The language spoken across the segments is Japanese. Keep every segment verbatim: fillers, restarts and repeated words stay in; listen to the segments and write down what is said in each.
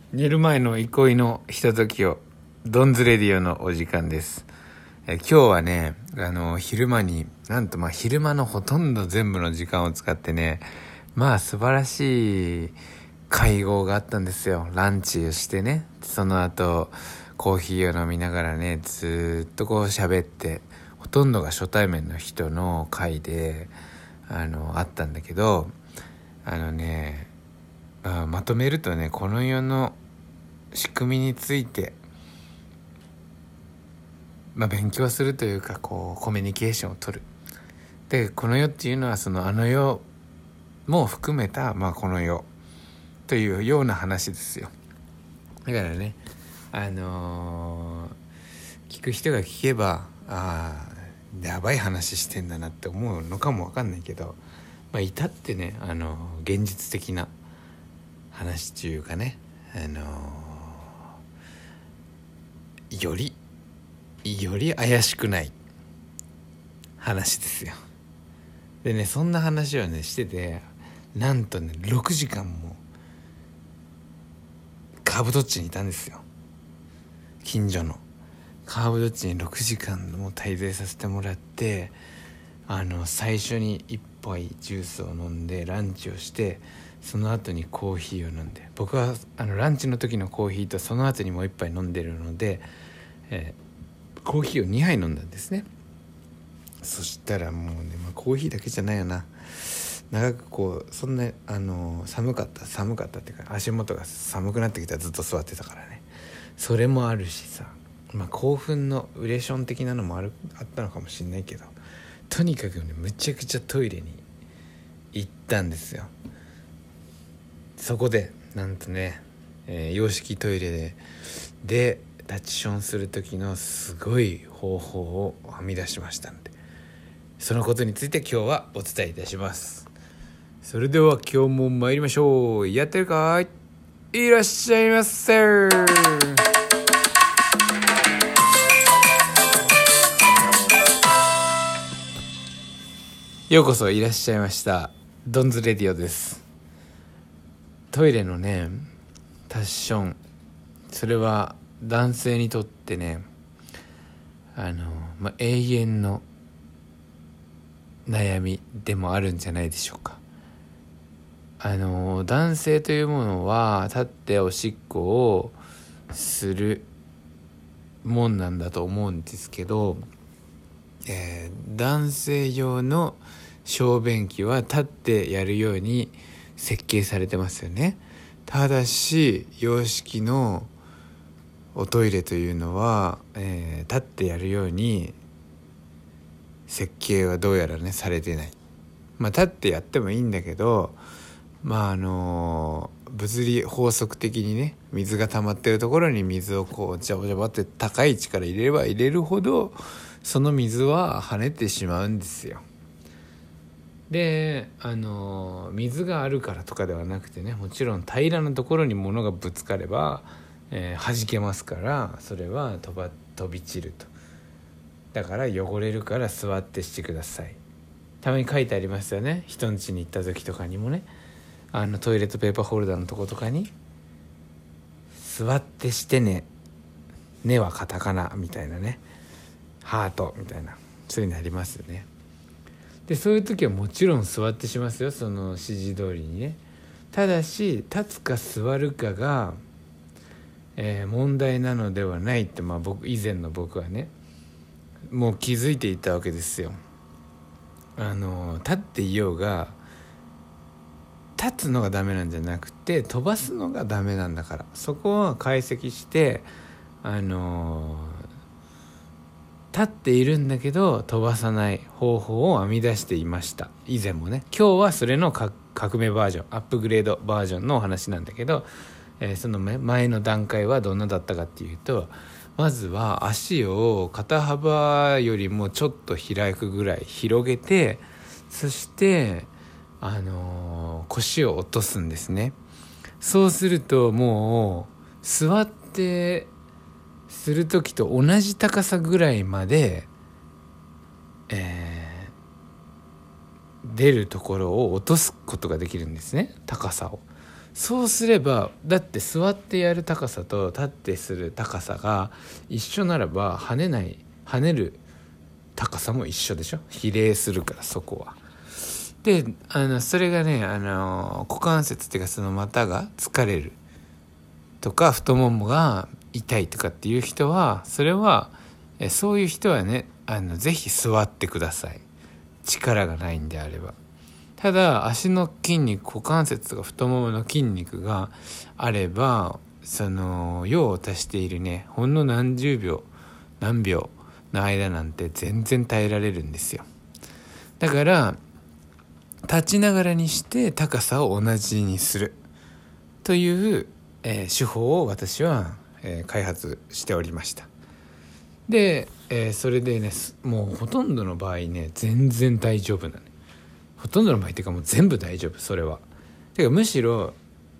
寝る前の憩いのひとときを、ドンズレディオのお時間です。え今日はね、あの昼間になんとまあ昼間のほとんど全部の時間を使ってね、まあ素晴らしい会合があったんですよ。ランチをしてね、その後コーヒーを飲みながらね、ずっとこう喋って、ほとんどが初対面の人の会であのあったんだけど、あのねあまとめるとね、この世の仕組みについて、まあ、勉強するというか、こうコミュニケーションを取る。でこの世っていうのはそのあの世も含めた、まあ、この世というような話ですよ。だからね、あのー、聞く人が聞けば、ああやばい話してんだなって思うのかもわかんないけど、まあ、至ってね、あのー、現実的な話というかね、あのー、よりより怪しくない話ですよ。でね、そんな話をねしてて、なんとねろくじかんもカーブドッジにいたんですよ。近所のカーブドッジにろくじかんも滞在させてもらって、あの最初に一杯ジュースを飲んでランチをして、その後にコーヒーを飲んで、僕はあのランチの時のコーヒーとその後にもう一杯飲んでるので、えー、コーヒーをにはい飲んだんですね。そしたらもうね、まあ、コーヒーだけじゃないよな、長くこうそんなあの寒かった寒かったっていうか、足元が寒くなってきたらずっと座ってたからね、それもあるしさ、まあ興奮のウレション的なのもあるあったのかもしれないけど、とにかくねむちゃくちゃトイレに行ったんですよ。そこでなんとね、えー、洋式トイレでで立ちションする時のすごい方法を編み出しましたので、そのことについて今日はお伝えいたします。それでは今日も参りましょう。やってるかい？いらっしゃいませ。ようこそいらっしゃいました。ドンズレディオです。トイレのねタッション、それは男性にとってね、あの、まあ、永遠の悩みでもあるんじゃないでしょうか。あの男性というものは立っておしっこをするもんなんだと思うんですけど、えー、男性用の小便器は立ってやるように設計されてますよね。ただし洋式のおトイレというのは、えー、立ってやるように設計はどうやらねされてない。まあ立ってやってもいいんだけど、まああの物理法則的にね、水が溜まってるところに水をこうジャバジャバって高い位置から入れれば入れるほど、その水は跳ねてしまうんですよ。で、あの水があるからとかではなくてね、もちろん平らなところに物がぶつかれば、えー、弾けますから、それは飛ば飛び散ると。だから汚れるから座ってしてください。たまに書いてありますよね。人ん家に行った時とかにもね、あのトイレットペーパーホルダーのとことかに座ってしてね、ねはカタカナみたいなね、ハートみたいな、そういうのありますよね。でそういう時はもちろん座ってしますよ、その指示通りにね。ただし立つか座るかが、えー、問題なのではないって、まあ僕以前の僕はねもう気づいていたわけですよ。あの立っていようが、立つのがダメなんじゃなくて飛ばすのがダメなんだから、そこは解析して、あの立っているんだけど飛ばさない方法を編み出していました、以前もね。今日はそれの革命バージョン、アップグレードバージョンのお話なんだけど、えー、その前の段階はどんなだったかっていうと、まずは足を肩幅よりもちょっと開くぐらい広げて、そしてあのー、腰を落とすんですね。そうするともう座ってする時と同じ高さぐらいまで、えー、出るところを落とすことができるんですね、高さを。 そうすればだって座ってやる高さと立ってする高さが一緒ならば跳ねない跳ねる高さも一緒でしょ。比例するからそこは。であのそれがねあの股関節っていうかその股が疲れるとか太ももが痛いとかっていう人はそれはえそういう人はねあのぜひ座ってください。力がないんであれば。ただ足の筋肉股関節とか太ももの筋肉があればその用を足しているねほんの何十秒何秒の間なんて全然耐えられるんですよ。だから立ちながらにして高さを同じにするという、えー、手法を私は、えー、開発しておりました。で、えー、それでねもうほとんどの場合ね全然大丈夫なの。ほとんどの場合っていうかもう全部大丈夫。それはてかむしろ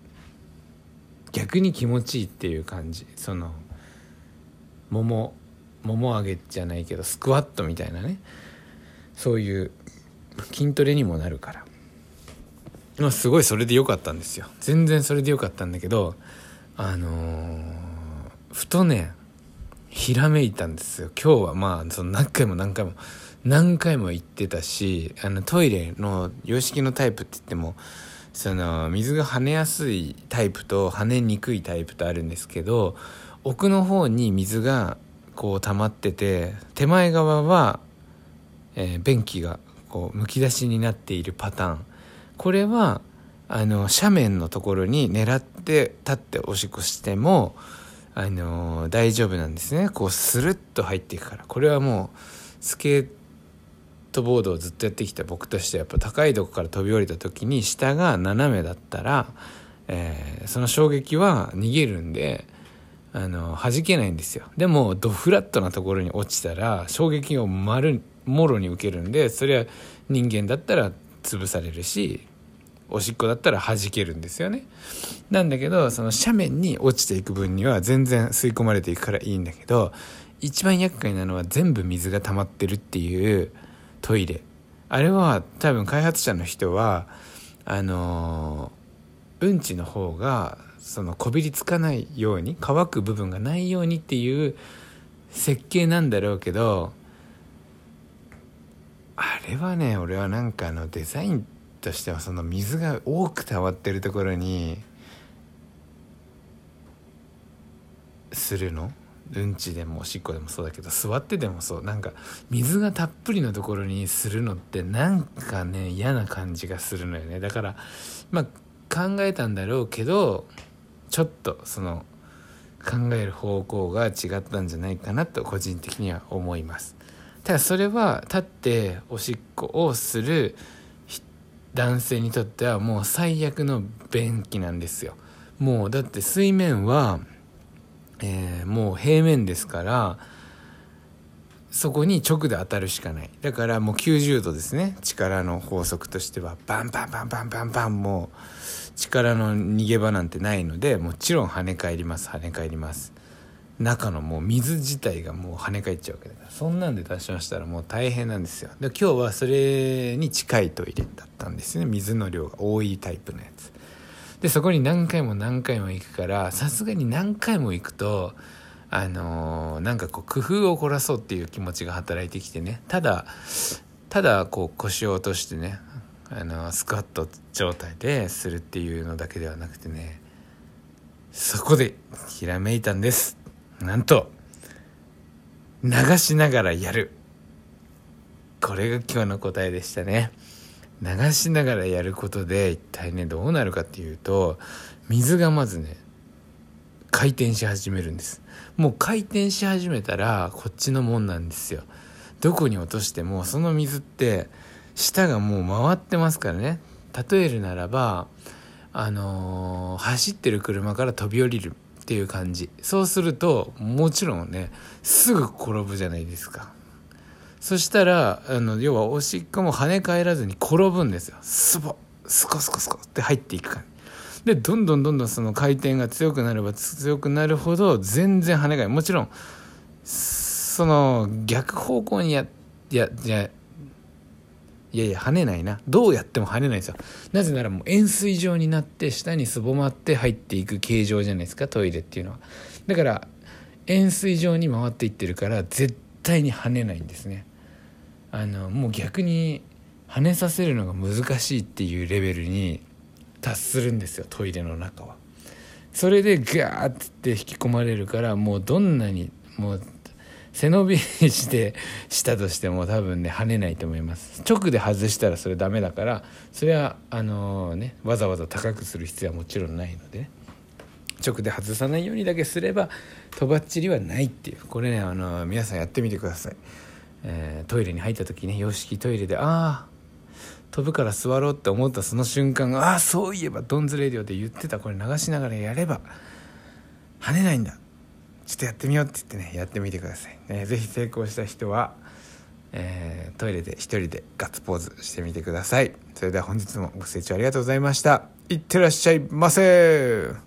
逆に気持ちいいっていう感じ。そのもももも上げじゃないけどスクワットみたいなねそういう筋トレにもなるから、まあ、すごいそれで良かったんですよ。全然それで良かったんだけどあのー、ふとねひらめいたんですよ。今日はまあその何回も何回も何回も言ってたしあのトイレの洋式のタイプって言ってもその水が跳ねやすいタイプと跳ねにくいタイプとあるんですけど奥の方に水がこう溜まってて手前側は、えー、便器がこうむき出しになっているパターン。これはあの斜面のところに狙って立っておしっこしてもあの大丈夫なんですね。こうスルッと入っていくから。これはもうスケートボードをずっとやってきた僕としてはやっぱ高いとこから飛び降りた時に下が斜めだったら、えー、その衝撃は逃げるんであの弾けないんですよ。でもドフラットなところに落ちたら衝撃を丸もろに受けるんでそれは人間だったら潰されるしおしっこだったら弾けるんですよね。なんだけどその斜面に落ちていく分には全然吸い込まれていくからいいんだけど一番厄介なのは全部水が溜まってるっていうトイレ。あれは多分開発者の人はあのー、うんちの方がそのこびりつかないように乾く部分がないようにっていう設計なんだろうけどあれはね俺はなんかあのデザインとしてはその水が多く溜まってるところにするのうんちでもおしっこでもそうだけど座ってでもそうなんか水がたっぷりのところにするのってなんかね嫌な感じがするのよね。だからまあ考えたんだろうけどちょっとその考える方向が違ったんじゃないかなと個人的には思います。ただそれは立っておしっこをする男性にとってはもう最悪の便器なんですよ。もうだって水面は、えー、もう平面ですからそこに直で当たるしかない。だからもうきゅうじゅうどですね。力の法則としてはバンバンバンバンバンバンもう力の逃げ場なんてないのでもちろん跳ね返ります跳ね返ります。中のもう水自体がもう跳ね返っちゃうわけだからそんなんで出しましたらもう大変なんですよ。で今日はそれに近いトイレだったんですね。水の量が多いタイプのやつでそこに何回も何回も行くからさすがに何回も行くとあのー、なんかこう工夫を凝らそうっていう気持ちが働いてきてねただただこう腰を落としてねあのー、スクワット状態でするっていうのだけではなくてねそこでひらめいたんです。なんと流しながらやる。これが今日の答えでしたね。流しながらやることで一体ねどうなるかっていうと水がまずね回転し始めるんです。もう回転し始めたらこっちのもんなんですよ。どこに落としてもその水って下がもう回ってますからね。例えるならばあのー、走ってる車から飛び降りるっていう感じ。そうするともちろんねすぐ転ぶじゃないですか。そしたらあの要はおしっこも跳ね返らずに転ぶんですよ。スポスコスコスコって入っていく感じでどんどんどんどんその回転が強くなれば強くなるほど全然跳ね返る。もちろんその逆方向にやややいやいや跳ねないな、どうやっても跳ねないですよ。なぜならもう円錐状になって下にすぼまって入っていく形状じゃないですか、トイレっていうのは。だから円錐状に回っていってるから絶対に跳ねないんですね。あのもう逆に跳ねさせるのが難しいっていうレベルに達するんですよ、トイレの中は。それでガーって引き込まれるから、もうどんなにもう背伸びしてしたとしても多分ね跳ねないと思います。直で外したらそれダメだから、それはあのねわざわざ高くする必要はもちろんないので、ね、直で外さないようにだけすればとばっちりはないっていう。これねあの皆さんやってみてください。えー、トイレに入った時ね、洋式トイレでああ飛ぶから座ろうって思ったその瞬間、ああそういえばドンズレディオで言ってた、これ流しながらやれば跳ねないんだ、ちょっとやってみようって言ってねやってみてください、ね、ぜひ成功した人は、えー、トイレで一人でガッツポーズしてみてください。それでは本日もご清聴ありがとうございました。いってらっしゃいませ。